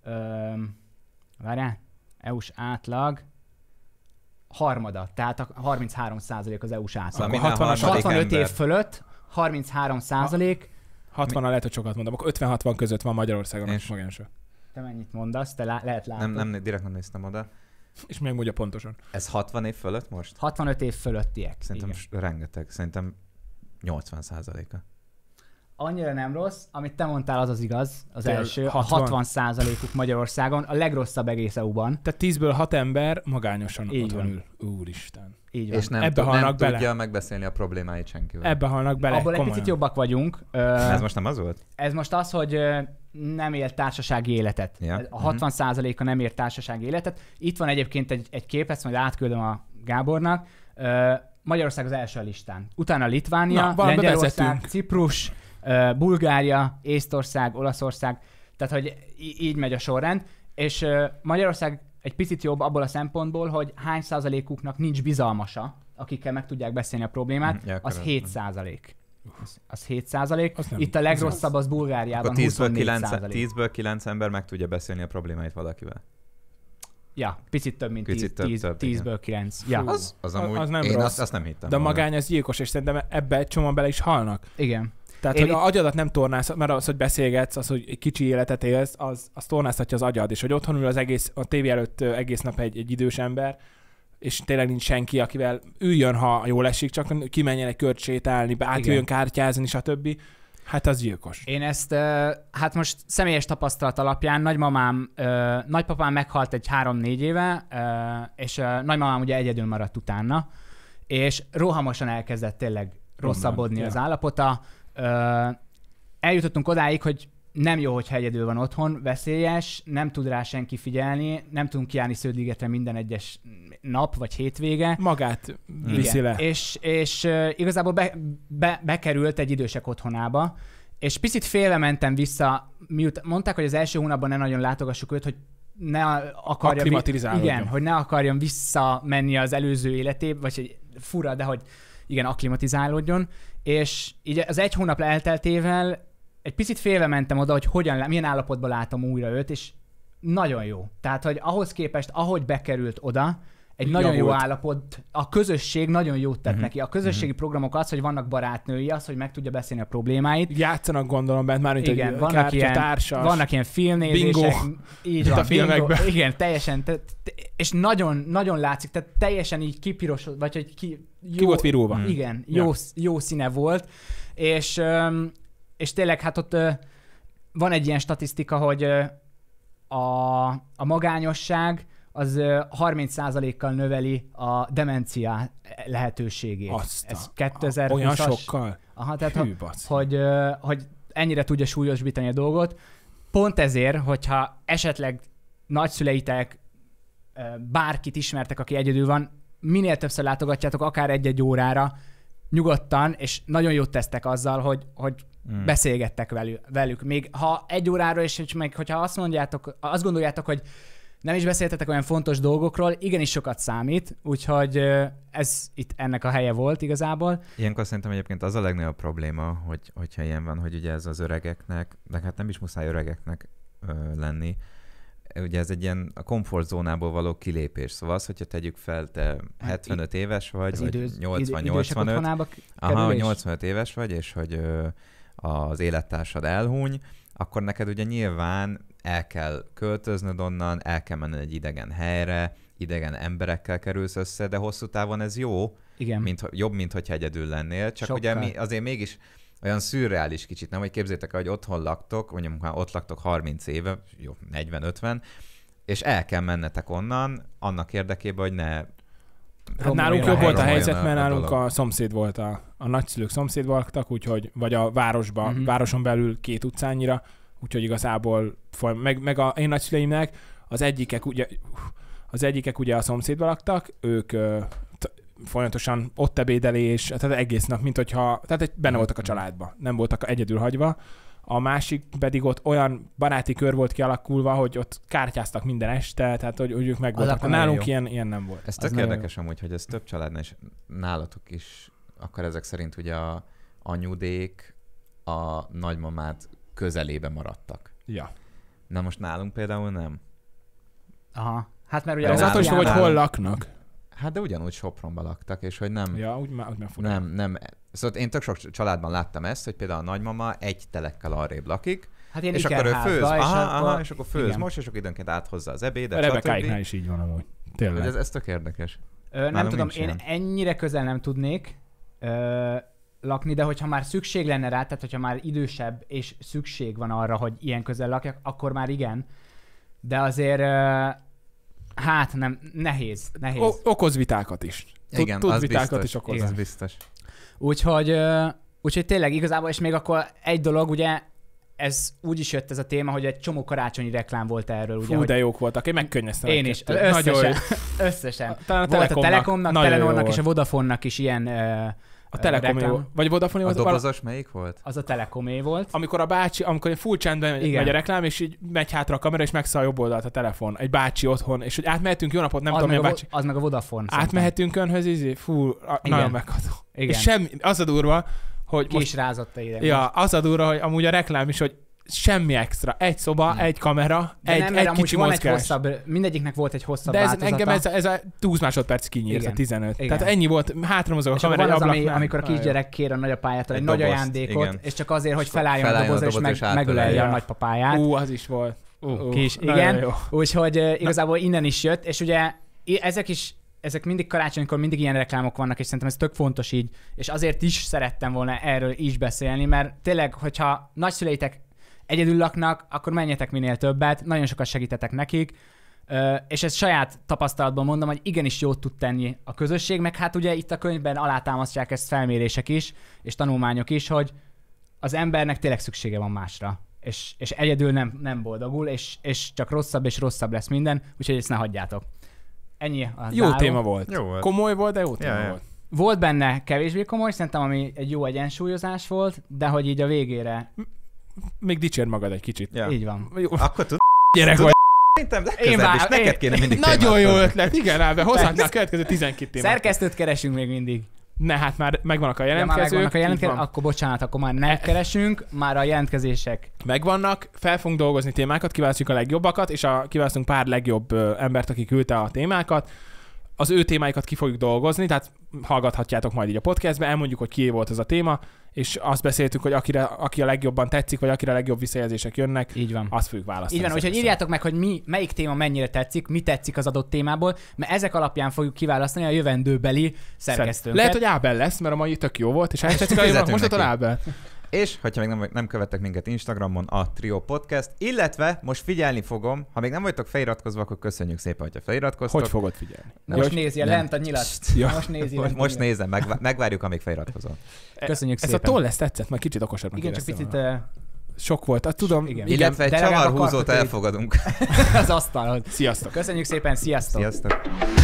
EU-s átlag harmada, tehát a 33% az EU-s átlag. 65 év fölött 33%. 60-nal lehet, hogy sokat mondom, akkor 50-60 között van Magyarországon is magányosa. Te mennyit mondasz? Te lehet látni. Nem, direkt nem néztem oda. És még mondja pontosan. Ez 60 év fölött most? 65 év fölöttiek. Szerintem rengeteg. Szerintem 80%-a. Annyira nem rossz, amit te mondtál, az igaz, az első. 60%-uk Magyarországon, a legrosszabb egész EU-ban. Tehát 10-ből 6 ember magányosan otthon ül. Úristen. Így van. És nem tudja megbeszélni a problémáit senkivel. Ebbe halnak bele. Abból egy picit jobbak vagyunk. Ez most nem az volt? Ez most az, hogy nem él társasági életet. Ja. A 60%-a nem ér társasági életet. Itt van egyébként egy kép, ezt majd átküldöm a Gábornak. Magyarország az első a listán. Utána Litvánia, Lengyelország, Ciprus, Bulgária, Észtország, Olaszország. Tehát, hogy így megy a sorrend. És Magyarország egy picit jobb abból a szempontból, hogy hány százalékuknak nincs bizalmasa, akikkel meg tudják beszélni a problémát, az 7%. Az 7%. Itt a legrosszabb az Bulgáriában, 24%. 10-ből 9 ember meg tudja beszélni a problémáit valakivel. Ja, picit több, mint 10-ből 9. Ja. Az amúgy, az nem én rossz. azt nem hittem. De a magány az gyilkos, és szerintem ebbe egy csomóan bele is halnak. Igen. Tehát, hogy agyadat nem tornász, mert az, hogy beszélgetsz, az, hogy egy kicsi életet élsz, az tornáztatja az agyad, és hogy otthon ül a tévé előtt egész nap egy idős ember, és tényleg nincs senki, akivel üljön, ha jól esik, csak kimenjen egy kört sétálni, átjöjjön kártyázni, stb. Hát az gyilkos. Én ezt, hát most személyes tapasztalat alapján nagypapám meghalt egy 3-4 éve, és nagymamám ugye egyedül maradt utána, és rohamosan elkezdett tényleg rosszabbodni az állapota. Eljutottunk odáig, hogy nem jó, hogyha egyedül van otthon, veszélyes, nem tud rá senki figyelni, nem tudunk kijárni Sződligetre minden egyes nap vagy hétvége. Magát viszi le. És igazából bekerült egy idősek otthonába, és picit félve mentem vissza, miután mondták, hogy az első hónapban ne nagyon látogassuk őt, hogy ne akarja igen, hogy ne akarjon visszamenni az előző életébe, vagy egy fura, de hogy igen, akklimatizálódjon, és így az egy hónap elteltével egy picit félve mentem oda, hogy milyen állapotban látom újra őt, és nagyon jó. Tehát, hogy ahhoz képest, ahogy bekerült oda, egy nagyon jó állapot, a közösség nagyon jót tett neki. A közösségi programok az, hogy vannak barátnői, az, hogy meg tudja beszélni a problémáit. Játszanak gondolom bent, már mint igen, vannak ilyen filmnézések. Bingo. Így van, a filmekben. Igen, teljesen. És nagyon, nagyon látszik, tehát teljesen így kipirosod, vagy hogy ki volt virulva. Igen, jó színe volt. És tényleg hát ott van egy ilyen statisztika, hogy a magányosság az 30%-kal növeli a demencia lehetőségét. Ez 2020-as. Olyan sokkal? Aha, tehát hogy ennyire tudja súlyosbítani a dolgot. Pont ezért, hogyha esetleg nagyszüleitek, bárkit ismertek, aki egyedül van, minél többször látogatjátok, akár egy-egy órára, nyugodtan, és nagyon jót tesztek azzal, hogy beszélgettek velük. Még ha egy órára, és meg hogyha azt gondoljátok, hogy nem is beszéltetek olyan fontos dolgokról, igenis sokat számít, úgyhogy ez itt ennek a helye volt igazából. Ilyenkor szerintem egyébként az a legnagyobb probléma, hogyha ilyen van, hogy ugye ez az öregeknek, de hát nem is muszáj öregeknek lenni, ugye ez egy ilyen a komfortzónából való kilépés. Szóval az, hogyha tegyük fel, te 75 éves vagy 80-85, 85 éves vagy, és hogy az élettársad elhuny, akkor neked ugye nyilván el kell költöznöd onnan, el kell menned egy idegen helyre, idegen emberekkel kerülsz össze, de hosszú távon ez jó, igen. Jobb, mint hogyha egyedül lennél. Csak sokkal. Ugye azért mégis olyan szürreális kicsit, nem? Hogy képzétek el, hogy otthon laktok, mondjuk már ott laktok 30 éve, jó, 40-50, és el kell mennetek onnan annak érdekében, hogy ne... Hát nálunk jobb volt a helyzet, mert nálunk a szomszéd volt, a nagyszülők szomszédban laktak, úgyhogy, vagy a városon belül 2 utcányira, úgyhogy igazából, meg a én nagyszüleimnek az egyikek ugye a szomszédban laktak, ők folyamatosan ott ebédelés, tehát egész nap, mint hogyha, tehát benne voltak a családba, nem voltak egyedül hagyva. A másik pedig ott olyan baráti kör volt kialakulva, hogy ott kártyáztak minden este, tehát hogy ők meg voltak. Nálunk ilyen nem volt. Ez tök érdekes amúgy, hogy ez több családnál és nálatok is, akkor ezek szerint ugye a anyudék a nagymamád közelébe maradtak. Ja. Na most nálunk például nem. Aha. Hát mert ugye ez attól is, hogy hol laknak. Hát de ugyanúgy Sopronban laktak, és hogy nem... Ja, úgy már nem. Szóval én tök sok családban láttam ezt, hogy például a nagymama egy telekkel arrébb lakik, hát és akkor ő főz, és akkor főz most, és akkor időnként áthozza az ebédet, Rebekáiknál is így van amúgy. Tényleg. Ez tök érdekes. Nem tudom, én ennyire közel nem tudnék lakni, de hogyha már szükség lenne rá, tehát hogyha már idősebb és szükség van arra, hogy ilyen közel lakjak, akkor már igen. De azért... Hát nem, nehéz. Okoz vitákat is. Igen, tud vitákat is okoz. Az biztos. Úgyhogy tényleg igazából, és még akkor egy dolog, ugye, ez úgy is jött ez a téma, hogy egy csomó karácsonyi reklám volt erről. Ugye, de jók voltak, én megkönnyeztem. Én is, összesen. Volt a Telekomnak, Telenornak és a Vodafonnak is ilyen a Telekomé volt. Vagy Vodafone volt. A dobozos melyik volt? Az a Telekomé volt. Amikor full csendben megy a reklám, és így megy hátra a kamera, és megszáll jobb oldalt a telefon. Egy bácsi otthon, és hogy átmehetünk, jó napot, nem tudom, milyen bácsi. Az meg a Vodafone. Átmehetünk önhöz, nagyon megható. És semmi, az a durva, hogy ki is rázott a ide. Ja, az a durva, hogy amúgy a reklám is, hogy semmi extra. Egy szoba, egy kamera, egy kicsi mozgás. Mindegyiknek volt egy hosszabb de változata. Engem ez a 20 másodperc kinyírt, a 15. Igen. Tehát ennyi volt, hátra mozog a kamera egy ablaknál. Amikor a kisgyerek kér a nagyapájától egy nagy ajándékot, igen. És csak azért, hogy felálljon a dobozra, és megölelje a nagypapáját. Az is volt. Igen. Úgyhogy igazából innen is jött, és ugye ezek mindig karácsonykor mindig ilyen reklámok vannak, és szerintem ez tök fontos így, és azért is szerettem volna erről is beszélni, mert tényleg, hogyha nagyszüleitek egyedül laknak, akkor menjetek minél többet, nagyon sokat segítetek nekik, és ezt saját tapasztalatban mondom, hogy igenis jót tud tenni a közösség, meg hát ugye itt a könyvben alátámasztják ezt felmérések is, és tanulmányok is, hogy az embernek tényleg szüksége van másra, és egyedül nem boldogul, és csak rosszabb és rosszabb lesz minden, úgyhogy ezt ne hagyjátok. Ennyi a jó téma volt. Jó volt. Komoly volt, de jó téma volt. Volt benne kevésbé komoly, szerintem ami egy jó egyensúlyozás volt, de hogy így a végére... Még dicsérd magad egy kicsit. Ja. Így van. Akkor gyerek vagy. Szerintem legközelebb is neked kéne mindig nagyon jó ötlet, igen, Ábe, hozhatnál a következő 12 témát. Szerkesztőt keresünk még mindig. Ne, hát már megvannak a jelentkezők. Akkor bocsánat, akkor már ne keresünk, már a jelentkezések. Megvannak, fel fogunk dolgozni témákat, kiválasztjuk a legjobbakat, és kiválasztunk pár legjobb embert, aki küldte a témákat. Az ő témáikat ki fogjuk dolgozni, tehát hallgathatjátok majd így a podcastbe, elmondjuk, hogy kié volt ez a téma, és azt beszéltük, hogy aki a legjobban tetszik, vagy akire a legjobb visszajelzések jönnek, így van. Azt fogjuk választani. Így van, úgyhogy írjátok meg, hogy melyik téma mennyire tetszik, mi tetszik az adott témából, mert ezek alapján fogjuk kiválasztani a jövendőbeli szerkesztőnket. Lehet, hogy Ábel lesz, mert a mai tök jó volt, és ezt tetszik, most a Ábel. És, hogyha még nem követtek minket Instagramon, a Trio Podcast, illetve most figyelni fogom, ha még nem vagytok feliratkozva, akkor köszönjük szépen, hogyha feliratkoztok. Hogy fogod figyelni? Most nézi lent a nyilat. Ja. Most nézem, megvárjuk, amíg feliratkozol. Köszönjük szépen. Ez a toll lesz tetszett, majd kicsit okosabbnak igen, csak picit... Sok volt, tudom. Igen. Illetve egy csavarhúzót elfogadunk. Az asztalon. Sziasztok. Köszönjük szépen, sziasztok. Sziasztok.